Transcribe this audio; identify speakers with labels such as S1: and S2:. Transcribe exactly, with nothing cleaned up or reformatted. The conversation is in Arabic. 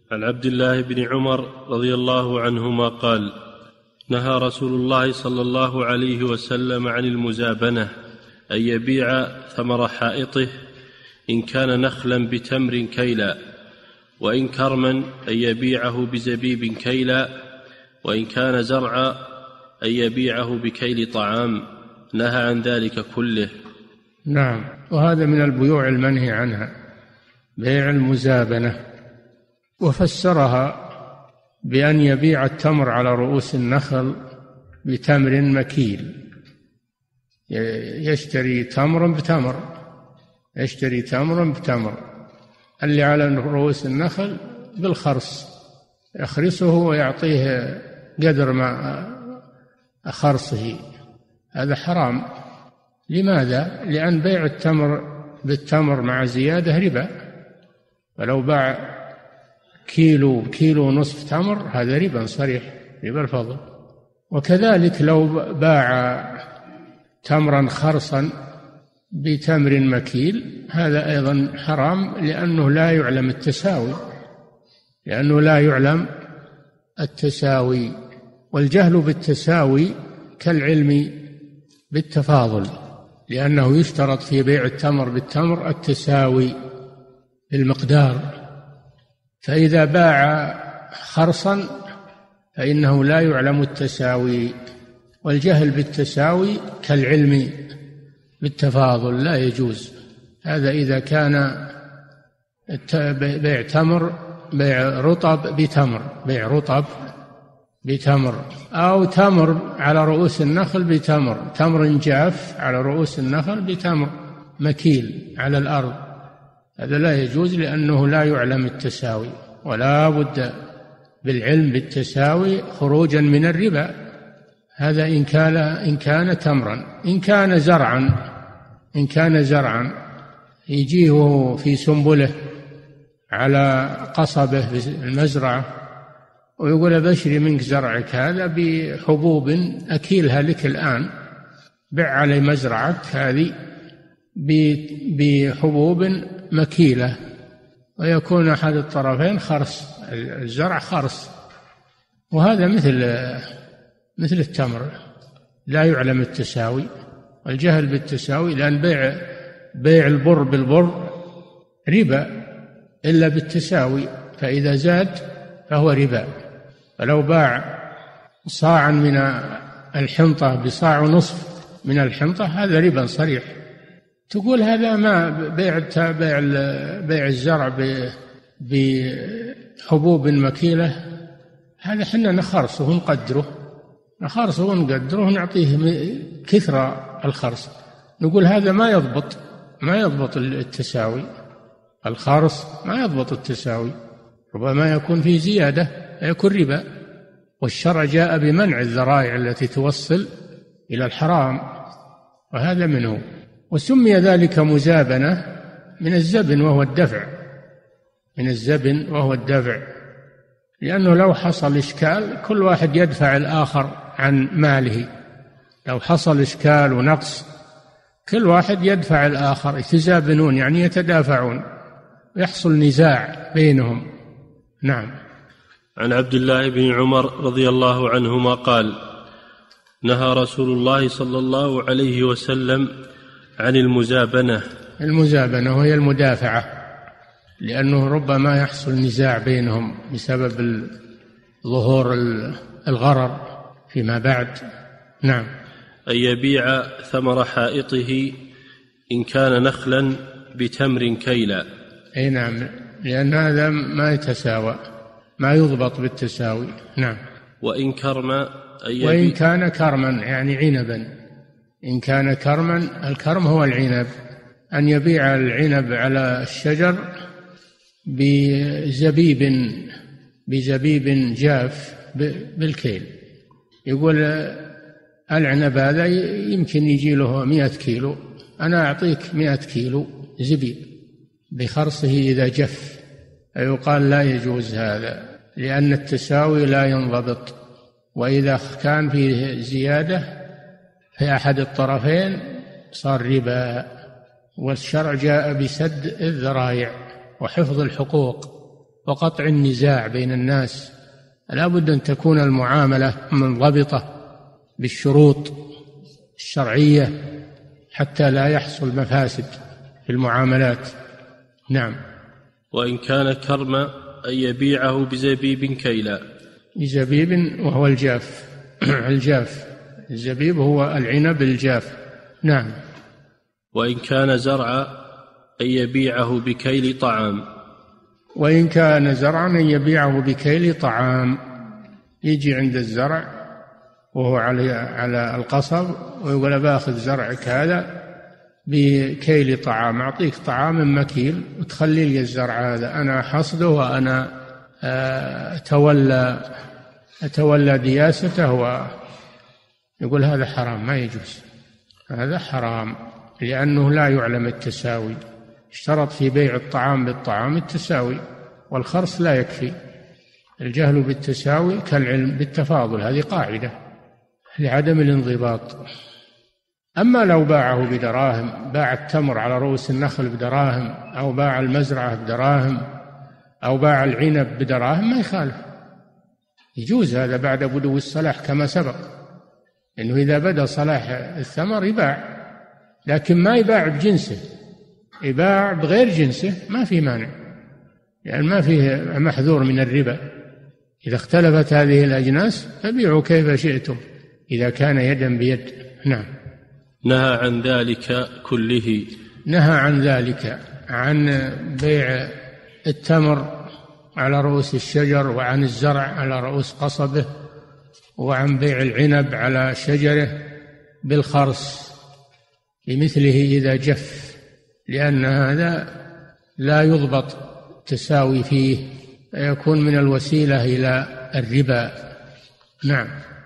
S1: عن عبد الله بن عمر رضي الله عنهما قال: نهى رسول الله صلى الله عليه وسلم عن المزابنة، أن يبيع ثمر حائطه إن كان نخلا بتمر كيلا، وإن كرما أن يبيعه بزبيب كيلا، وإن كان زرعا أن يبيعه بكيل طعام. نهى عن ذلك كله.
S2: نعم، وهذا من البيوع المنهي عنها، بيع المزابنة، وفسرها بأن يبيع التمر على رؤوس النخل بتمر مكيل، يشتري تمر بتمر يشتري تمر بتمر اللي على رؤوس النخل بالخرص، يخرسه ويعطيه قدر ما خرصه. هذا حرام. لماذا؟ لأن بيع التمر بالتمر مع زيادة ربا، ولو باع كيلو كيلو ونصف تمر هذا ربا صريح، ربا الفضل. وكذلك لو باع تمرا خرصا بتمر مكيل هذا أيضا حرام، لأنه لا يعلم التساوي لأنه لا يعلم التساوي والجهل بالتساوي كالعلم بالتفاضل، لأنه يشترط في بيع التمر بالتمر التساوي بالمقدار. فإذا باع خرصا فإنه لا يعلم التساوي، والجهل بالتساوي كالعلم بالتفاضل، لا يجوز. هذا إذا كان بيع تمر بيع رطب بتمر بيع رطب بتمر، أو تمر على رؤوس النخل بتمر تمر جاف على رؤوس النخل بتمر مكيل على الأرض، هذا لا يجوز، لأنه لا يعلم التساوي، ولا بد بالعلم بالتساوي خروجا من الربا. هذا إن كان إن كان تمرا. إن كان زرعا إن كان زرعا يجيه في سنبله على قصبه في المزرعة ويقول بشري منك زرعك هذا بحبوب أكيلها لك الآن، بع علي مزرعك هذه بحبوب مكيلة، ويكون أحد الطرفين خرص، الزرع خرص. وهذا مثل مثل التمر، لا يعلم التساوي والجهل بالتساوي، لأن بيع بيع البر بالبر ربا إلا بالتساوي، فإذا زاد فهو ربا. فلو باع صاعا من الحنطة بصاع ونصف من الحنطة هذا ربا صريح. تقول هذا ما بيع بيع بيع الزرع بحبوب مكيلة، هذا حنا نخرصه ونقدره نخرصه ونقدره ونعطيه كثر الخرص. نقول هذا ما يضبط ما يضبط التساوي، الخرص ما يضبط التساوي، ربما يكون فيه زيادة يكون ربا، والشرع جاء بمنع الذرائع التي توصل إلى الحرام، وهذا منه. وسمي ذلك مزابنة من الزبن وهو الدفع من الزبن وهو الدفع لأنه لو حصل إشكال كل واحد يدفع الآخر عن ماله، لو حصل إشكال ونقص كل واحد يدفع الآخر، يتزابنون يعني يتدافعون، يحصل نزاع بينهم. نعم.
S1: عن عبد الله بن عمر رضي الله عنهما قال: نهى رسول الله صلى الله عليه وسلم عن المزابنة.
S2: المزابنة وهي المدافعة، لأنه ربما يحصل نزاع بينهم بسبب ظهور الغرر فيما بعد. نعم.
S1: أن يبيع ثمر حائطه إن كان نخلا بتمر كيلا.
S2: أي نعم، لأن هذا ما يتساوى، ما يضبط بالتساوي. نعم.
S1: وإن كرما
S2: وإن كان كرما يعني عنبا، إن كان كرما، الكرم هو العنب، أن يبيع العنب على الشجر بزبيب بزبيب جاف بالكيل. يقول العنب هذا يمكن يجي له مئة كيلو، أنا أعطيك مئة كيلو زبيب بخرصه إذا جف. يقال لا يجوز هذا، لأن التساوي لا ينضبط، وإذا كان فيه زيادة في أحد الطرفين صار ربا. والشرع جاء بسد الذرائع وحفظ الحقوق وقطع النزاع بين الناس. لا بد أن تكون المعاملة منضبطة بالشروط الشرعية حتى لا يحصل مفاسد في المعاملات. نعم.
S1: وإن كان كرم أن يبيعه بزبيب كيلا.
S2: بزبيب وهو الجاف الجاف الزبيب هو العنب الجاف. نعم.
S1: وإن كان زرع أن يبيعه بكيل طعام.
S2: وإن كان زرعا أن يبيعه بكيل طعام، يجي عند الزرع وهو على على القصب ويقول باخذ زرعك هذا بكيل طعام، أعطيك طعام مكيل وتخلي لي الزرع هذا، أنا حصده وأنا أتولى أتولى دياسته. ويقول هذا حرام، ما يجوز، هذا حرام، لأنه لا يعلم التساوي. اشترط في بيع الطعام بالطعام التساوي، والخرص لا يكفي. الجهل بالتساوي كالعلم بالتفاضل، هذه قاعدة لعدم الانضباط. أما لو باعه بدراهم، باع التمر على رؤوس النخل بدراهم، أو باع المزرعة بدراهم، أو باع العنب بدراهم، ما يخالف، يجوز هذا بعد بدو الصلاح كما سبق، إنه إذا بدأ صلاح الثمر يباع، لكن ما يباع بجنسه، يباع بغير جنسه ما في مانع، يعني ما فيه محذور من الربا. إذا اختلفت هذه الأجناس فبيعوا كيف شئتم إذا كان يدا بيد. نعم.
S1: نهى عن ذلك كله.
S2: نهى عن ذلك، عن بيع التمر على رؤوس الشجر، وعن الزرع على رؤوس قصبه، وعن بيع العنب على شجره بالخرص بمثله إذا جف، لأن هذا لا يضبط تساوي فيه، يكون من الوسيلة إلى الربا. نعم.